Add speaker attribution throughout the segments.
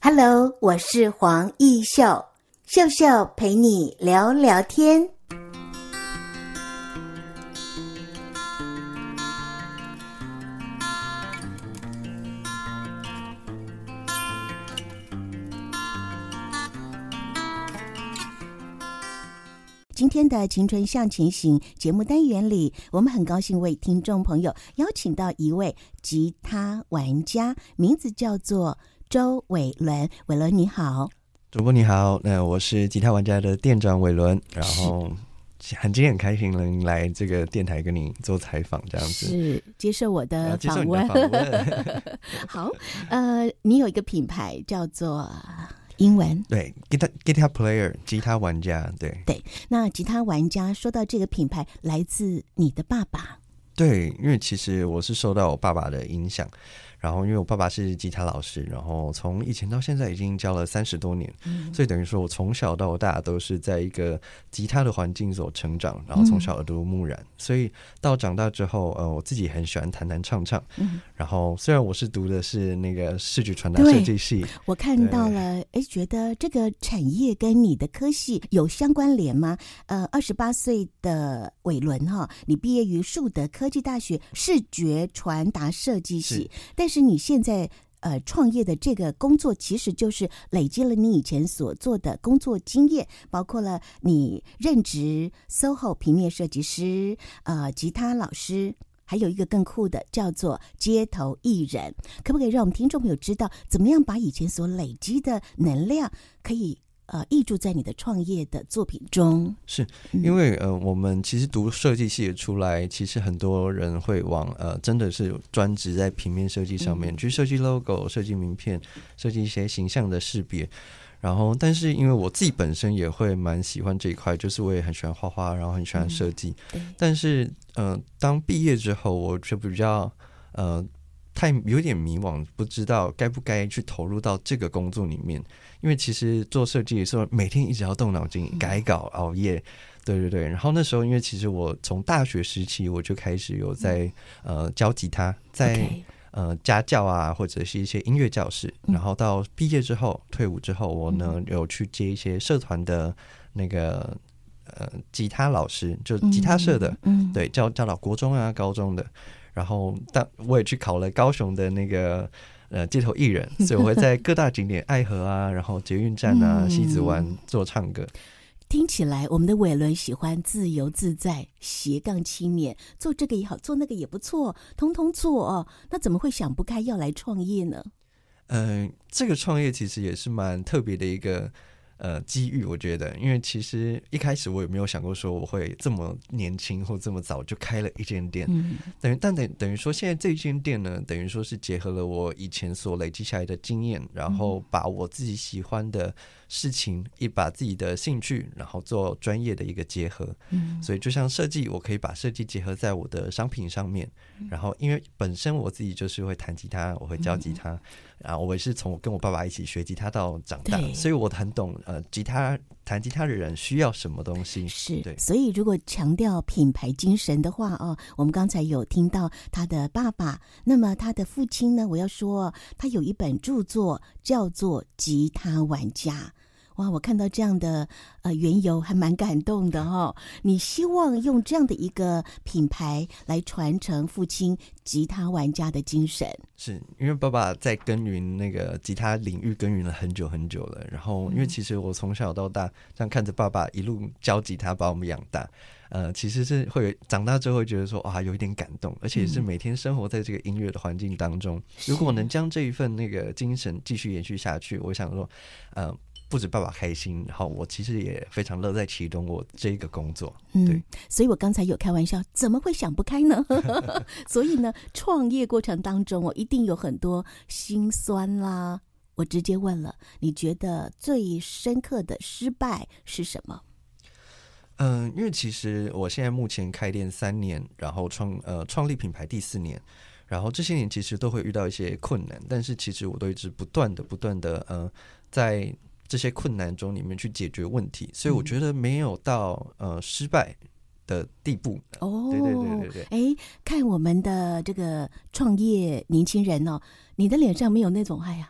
Speaker 1: Hello， 我是黄奕秀，秀秀陪你聊聊天。今天的青春向前行节目单元里，我们很高兴为听众朋友邀请到一位吉他玩家，名字叫做周伟伦。伟伦你好。
Speaker 2: 主播你好，我是吉他玩家的店长伟伦，然后今天很开心能来这个电台跟你做采访，这样子
Speaker 1: 是接受我的访问。好，你有一个品牌叫做英文
Speaker 2: 对 guitar player 吉他玩家，对，
Speaker 1: 那吉他玩家说到这个品牌来自你的爸爸。
Speaker 2: 对，因为其实我是受到我爸爸的影响，然后因为我爸爸是吉他老师，然后从以前到现在已经教了30多年，所以等于说我从小到大都是在一个吉他的环境所成长，然后从小耳濡目染，所以到长大之后我自己很喜欢弹弹唱唱，然后虽然我是读的是那个视觉传达设计系，
Speaker 1: 我看到了，觉得这个产业跟你的科系有相关联吗？28岁的伟伦你毕业于树德科技大学视觉传达设计系，但是你现在创业的这个工作其实就是累积了你以前所做的工作经验，包括了你任职 SOHO 平面设计师、吉他老师，还有一个更酷的叫做街头艺人。可不可以让我们听众朋友知道怎么样把以前所累积的能量可以挹注在你的创业的作品中？是
Speaker 2: 因为我们其实读设计系出来，其实很多人会往真的是专职在平面设计上面去设计 logo、设计名片、设计一些形象的识别。然后但是因为我自己本身也会蛮喜欢这一块，就是我也很喜欢画画，然后很喜欢设计，但是当毕业之后我就比较有点迷惘，不知道该不该去投入到这个工作里面，因为其实做设计的时候每天一直要动脑筋改稿熬夜，对，然后那时候因为其实我从大学时期我就开始有在教吉他，在家教啊，或者是一些音乐教室，然后到毕业之后退伍之后，我呢有去接一些社团的那个吉他老师，就吉他社的，对，教导国中啊高中的，然后我也去考了高雄的那个街头艺人，所以我会在各大景点爱河啊，然后捷运站啊、西子湾做唱歌。
Speaker 1: 听起来我们的伟伦喜欢自由自在，斜杠青年，做这个也好，做那个也不错，通通做哦。那怎么会想不开要来创业呢？
Speaker 2: 这个创业其实也是蛮特别的一个机遇，我觉得，因为其实一开始我也没有想过说我会这么年轻或这么早就开了一间店，等于说现在这间店呢，等于说是结合了我以前所累积下来的经验，然后把我自己喜欢的事情，也把自己的兴趣，然后做专业的一个结合，所以就像设计，我可以把设计结合在我的商品上面，然后因为本身我自己就是会弹吉他，我会教吉他，然后我也是从跟我爸爸一起学吉他到长大，所以我很懂弹吉他的人需要什么东西。
Speaker 1: 是，对，所以如果强调品牌精神的话我们刚才有听到他的爸爸，那么他的父亲呢，我要说他有一本著作叫做《吉他玩家》。哇，我看到这样的缘由还蛮感动的你希望用这样的一个品牌来传承父亲吉他玩家的精神。
Speaker 2: 是因为爸爸在耕耘那个吉他领域耕耘了很久很久了，然后因为其实我从小到大这样看着爸爸一路教吉他把我们养大，其实是会长大之后会觉得说有一点感动，而且也是每天生活在这个音乐的环境当中，如果能将这一份那个精神继续延续下去，我想说不止爸爸开心，然后我其实也非常乐在其中，我这个工作。对，
Speaker 1: 所以我刚才有开玩笑，怎么会想不开呢？所以呢，创业过程当中一定有很多辛酸啦。我直接问了，你觉得最深刻的失败是什么？
Speaker 2: 因为其实我现在目前开店3年，然后创立品牌第4年，然后这些年其实都会遇到一些困难，但是其实我都一直不断的在这些困难中里面去解决问题，所以我觉得没有到失败的地步。对，
Speaker 1: 看我们的这个创业年轻人你的脸上没有那种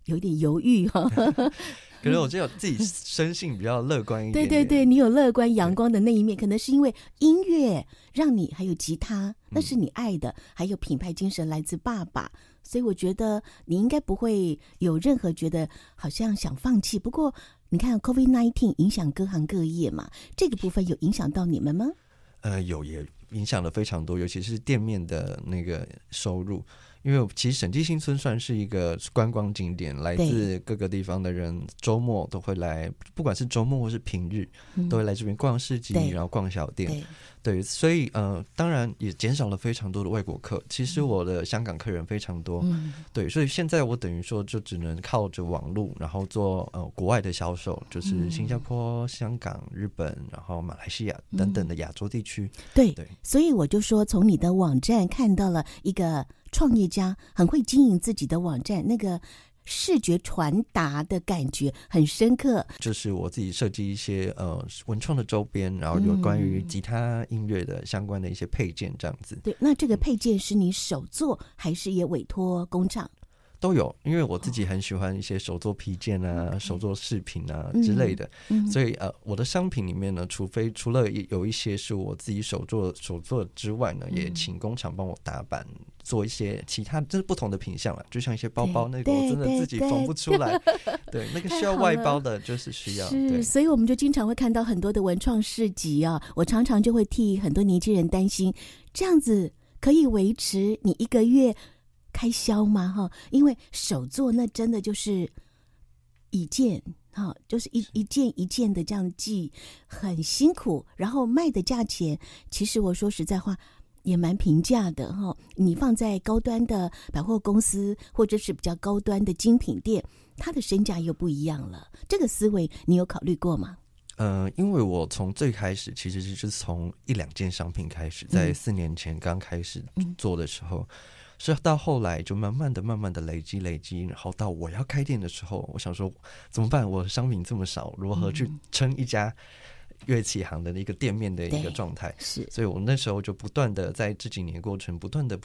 Speaker 1: 有点犹豫哈。
Speaker 2: 可能我只有自己生性比较乐观一点点。
Speaker 1: 对对对，你有乐观阳光的那一面，可能是因为音乐让你，还有吉他，那是你爱的，还有品牌精神来自爸爸，所以我觉得你应该不会有任何觉得好像想放弃。不过你看 COVID-19 影响各行各业嘛，这个部分有影响到你们吗？
Speaker 2: 有，也影响了非常多，尤其是店面的那个收入。因为其实审计新村算是一个观光景点，来自各个地方的人周末都会来，不管是周末或是平日，都会来这边逛市集，然后逛小店。对，所以当然也减少了非常多的外国客。其实我的香港客人非常多，对，所以现在我等于说就只能靠着网络，然后做国外的销售，就是新加坡、香港、日本，然后马来西亚等等的亚洲地区。
Speaker 1: 对，所以我就说从你的网站看到了一个创业家很会经营自己的网站，那个视觉传达的感觉很深刻。就是
Speaker 2: 我自己设计一些文创的周边，然后有关于吉他音乐的相关的一些配件这样子。
Speaker 1: 对，那这个配件是你手做还是也委托工厂？
Speaker 2: 都有，因为我自己很喜欢一些手作皮件啊、手作饰品啊之类的，所以我的商品里面呢，除了有一些是我自己手做之外呢，也请工厂帮我打版，做一些其他就是不同的品项了，就像一些包包，那个我真的自己缝不出来，对，那个需要外包的，就是需要。
Speaker 1: 是，所以我们就经常会看到很多的文创市集啊，我常常就会替很多年轻人担心，这样子可以维持你一个月开销吗？因为手做那真的就是一件，就是一件一件的这样系，很辛苦，然后卖的价钱其实我说实在话也蛮平价的。你放在高端的百货公司或者是比较高端的精品店，它的身价又不一样了，这个思维你有考虑过吗？
Speaker 2: 因为我从最开始其实就是从1-2件商品开始，在4年前刚开始做的时候，是到后来就慢慢的累积，然后到我要开店的时候，我想说怎么办？我的商品这么少，如何去撑一家乐器行的一个店面的一个状态？是，所以我那时候就不断的在这几年过程，不断的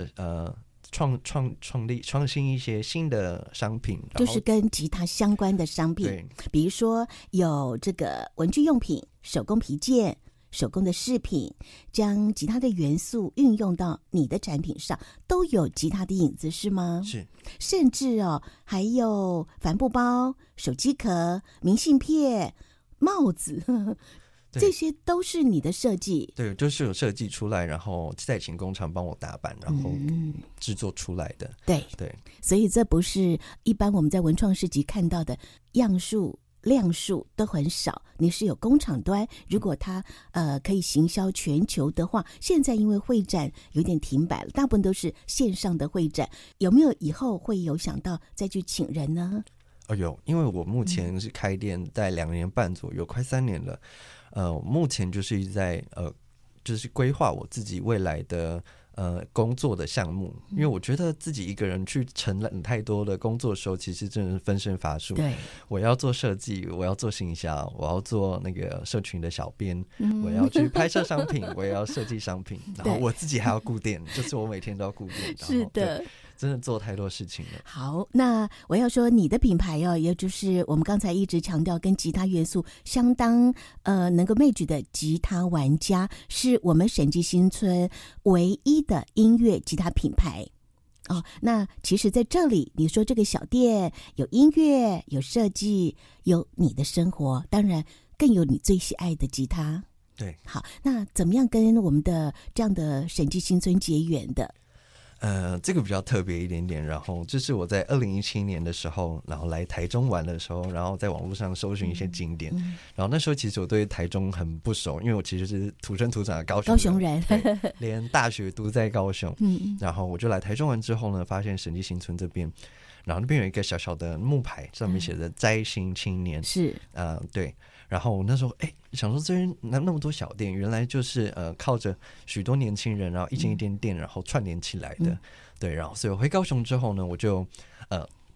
Speaker 2: 创新一些新的商品，
Speaker 1: 就是跟吉他相关的商品，比如说有这个文具用品、手工皮件、手工的饰品，将吉他的元素运用到你的产品上，都有吉他的影子，是吗？
Speaker 2: 是，
Speaker 1: 甚至还有帆布包、手机壳、明信片、帽子，这些都是你的设计。
Speaker 2: 对，就是有设计出来，然后再请工厂帮我打版，然后制作出来的。对，
Speaker 1: 所以这不是一般我们在文创市集看到的样数量数都很少，你是有工厂端，如果它可以行销全球的话，现在因为会展有点停摆了，大部分都是线上的会展，有没有以后会有想到再去请人呢？
Speaker 2: 有，因为我目前是开店在2年半左右，快3年了。目前就是一直在就是规划我自己未来的工作的项目，因为我觉得自己一个人去承揽太多的工作的时候，其实真的是分身乏术。对，我要做设计，我要做行销，我要做那个社群的小编，我要去拍摄商品，我也要设计商品，然后我自己还要顾店，就是我每天都要顾店。
Speaker 1: 是的。
Speaker 2: 真的做太多事情了。
Speaker 1: 好，那我要说你的品牌也就是我们刚才一直强调跟吉他元素相当能够 match 的吉他玩家，是我们审计新村唯一的音乐吉他品牌。那其实在这里你说这个小店有音乐，有设计，有你的生活，当然更有你最喜爱的吉他。
Speaker 2: 对，
Speaker 1: 好，那怎么样跟我们的这样的审计新村结缘的？
Speaker 2: 这个比较特别一点点，然后这是我在2017年的时候，然后来台中玩的时候，然后在网络上搜寻一些景点，然后那时候其实我对台中很不熟，因为我其实是土生土长的高雄人，连大学都在高雄，然后我就来台中玩之后呢，发现审计新村这边，然后那边有一个小小的木牌，上面写着摘星青年，是对。然后我那时候想说这边那么多小店，原来就是靠着许多年轻人，然后一间一间店，然后串联起来的。对，然后所以我回高雄之后呢，我就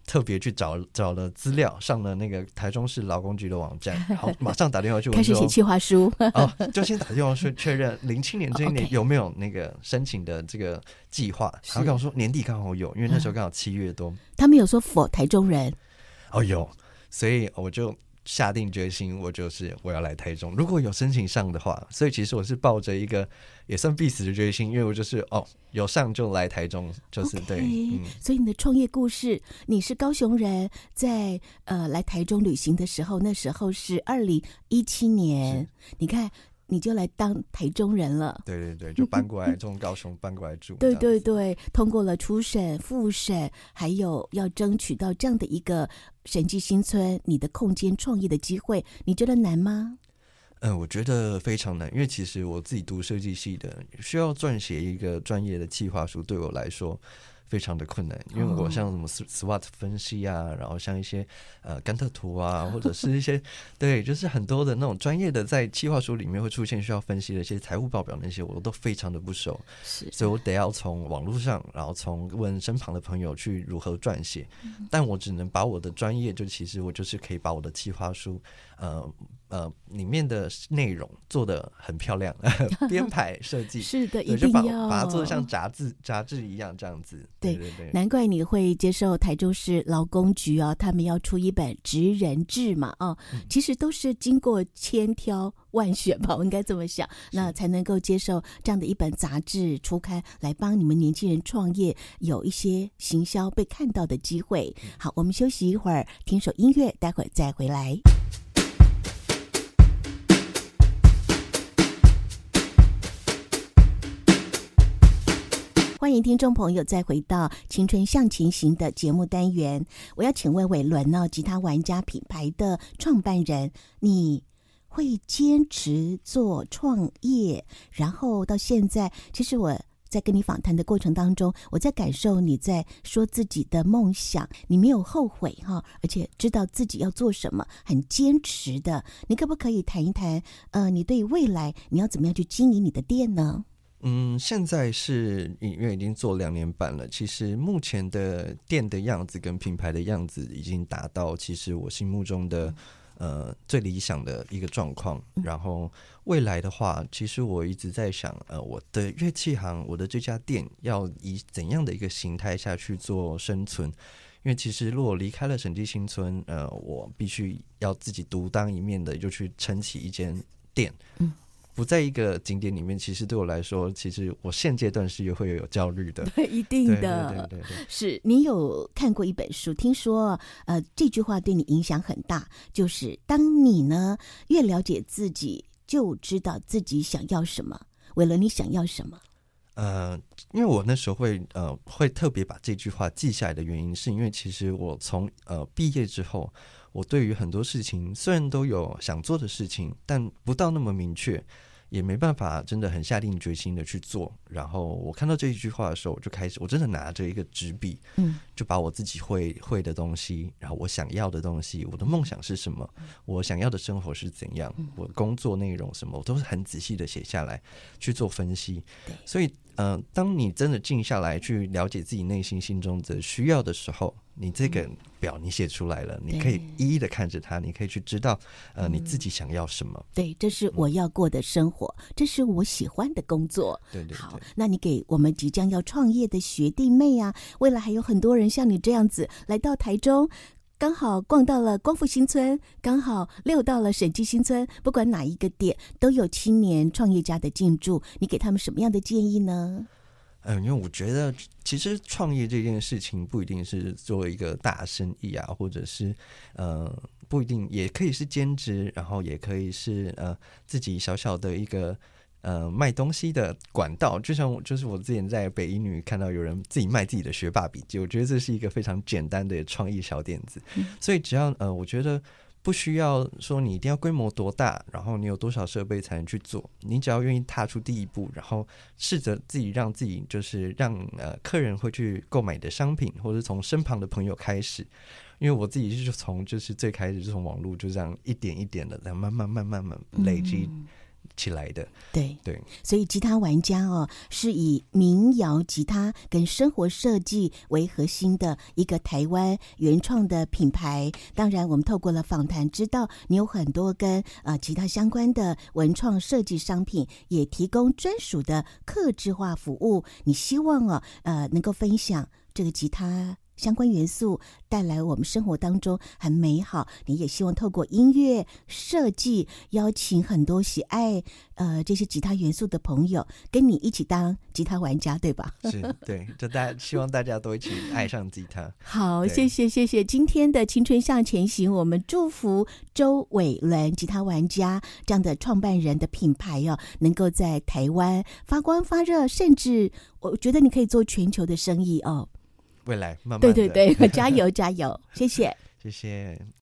Speaker 2: 特别去找了资料，上了那个台中市劳工局的网站，好，马上打电话去问
Speaker 1: 开始写企划书
Speaker 2: 就先打电话确认07年这一年有没有那个申请的这个计划。他跟我说年底刚好有，因为那时候刚好7月多。
Speaker 1: 他们有说否台中人？
Speaker 2: 有，所以我就下定决心，我要来台中，如果有申请上的话。所以其实我是抱着一个也算必死的决心，因为我就是有上就来台中，就是对。
Speaker 1: 所以你的创业故事，你是高雄人，在来台中旅行的时候，那时候是2017年，你看你就来当台中人了。
Speaker 2: 对对对，就搬过来从高雄搬过来住。
Speaker 1: 对对对，通过了初审、复审，还有要争取到这样的一个审计新村你的空间创业的机会，你觉得难吗？
Speaker 2: 我觉得非常难，因为其实我自己读设计系的，需要撰写一个专业的企划书，对我来说非常的困难，因为我像什么 SWOT 分析啊，然后像一些甘特图啊，或者是一些对，就是很多的那种专业的在企划书里面会出现需要分析的一些财务报表，那些我都非常的不熟，所以我得要从网络上，然后从问身旁的朋友去如何撰写，但我只能把我的专业，就其实我就是可以把我的企划书里面的内容做得很漂亮，编排设计
Speaker 1: 是的，一定要
Speaker 2: 把它做得像杂志一样这样子。对对对，
Speaker 1: 难怪你会接受台中市劳工局他们要出一本职人志嘛其实都是经过千挑万选吧，我应该这么想，那才能够接受这样的一本杂志出刊，来帮你们年轻人创业有一些行销被看到的机会。好，我们休息一会儿，听首音乐，待会儿再回来。欢迎听众朋友再回到青春向前行的节目单元。我要请问伟伦吉他玩家品牌的创办人，你会坚持做创业，然后到现在，其实我在跟你访谈的过程当中，我在感受你在说自己的梦想，你没有后悔而且知道自己要做什么，很坚持的。你可不可以谈一谈你对未来你要怎么样去经营你的店呢？
Speaker 2: 现在是因为已经做2年半了，其实目前的店的样子跟品牌的样子已经达到其实我心目中的最理想的一个状况。然后未来的话，其实我一直在想我的乐器行，我的这家店要以怎样的一个形态下去做生存。因为其实如果离开了审计新村，我必须要自己独当一面的就去撑起一间店，不在一个景点里面，其实对我来说，其实我现阶段是会有焦虑的。
Speaker 1: 对，一定的。对，是你有看过一本书，听说这句话对你影响很大，就是当你呢越了解自己，就知道自己想要什么。为了你想要什么？
Speaker 2: 因为我那时候会特别把这句话记下来的原因，是因为其实我从毕业之后，我对于很多事情虽然都有想做的事情，但不到那么明确，也没办法真的很下定决心的去做。然后我看到这一句话的时候，我就开始，我真的拿着一个纸笔，就把我自己会的东西，然后我想要的东西，我的梦想是什么，我想要的生活是怎样，我工作内容什么，我都是很仔细的写下来去做分析。所以当你真的静下来去了解自己内心心中的需要的时候，你这个表你写出来了，你可以一一的看着它，你可以去知道你自己想要什么。
Speaker 1: 对，这是我要过的生活，这是我喜欢的工作。
Speaker 2: 对对对。
Speaker 1: 好，那你给我们即将要创业的学弟妹啊，未来还有很多人像你这样子来到台中，刚好逛到了光复新村，刚好溜到了审计新村，不管哪一个点都有青年创业家的进驻，你给他们什么样的建议呢？
Speaker 2: 因为我觉得其实创业这件事情不一定是做一个大生意啊，或者是不一定，也可以是兼职，然后也可以是自己小小的一个卖东西的管道。就是我之前在北一女看到有人自己卖自己的学霸笔记，我觉得这是一个非常简单的创意小点子。所以只要我觉得不需要说你一定要规模多大，然后你有多少设备才能去做，你只要愿意踏出第一步，然后试着自己让自己就是让客人会去购买的商品，或者从身旁的朋友开始。因为我自己是从就是最开始就从网络就这样一点一点的慢慢累积起来的。
Speaker 1: 对，
Speaker 2: 所
Speaker 1: 以吉他玩家是以民谣吉他跟生活设计为核心的一个台湾原创的品牌。当然我们透过了访谈知道你有很多跟吉他相关的文创设计商品，也提供专属的客制化服务。你希望能够分享这个吉他相关元素带来我们生活当中很美好，你也希望透过音乐设计邀请很多喜爱这些吉他元素的朋友跟你一起当吉他玩家，对吧？
Speaker 2: 是，对，就希望大家都一起爱上吉他。
Speaker 1: 好，谢谢今天的青春向前行，我们祝福周伟伦吉他玩家这样的创办人的品牌能够在台湾发光发热，甚至我觉得你可以做全球的生意未
Speaker 2: 来慢慢的，
Speaker 1: 对，加油加油，谢谢
Speaker 2: 谢谢。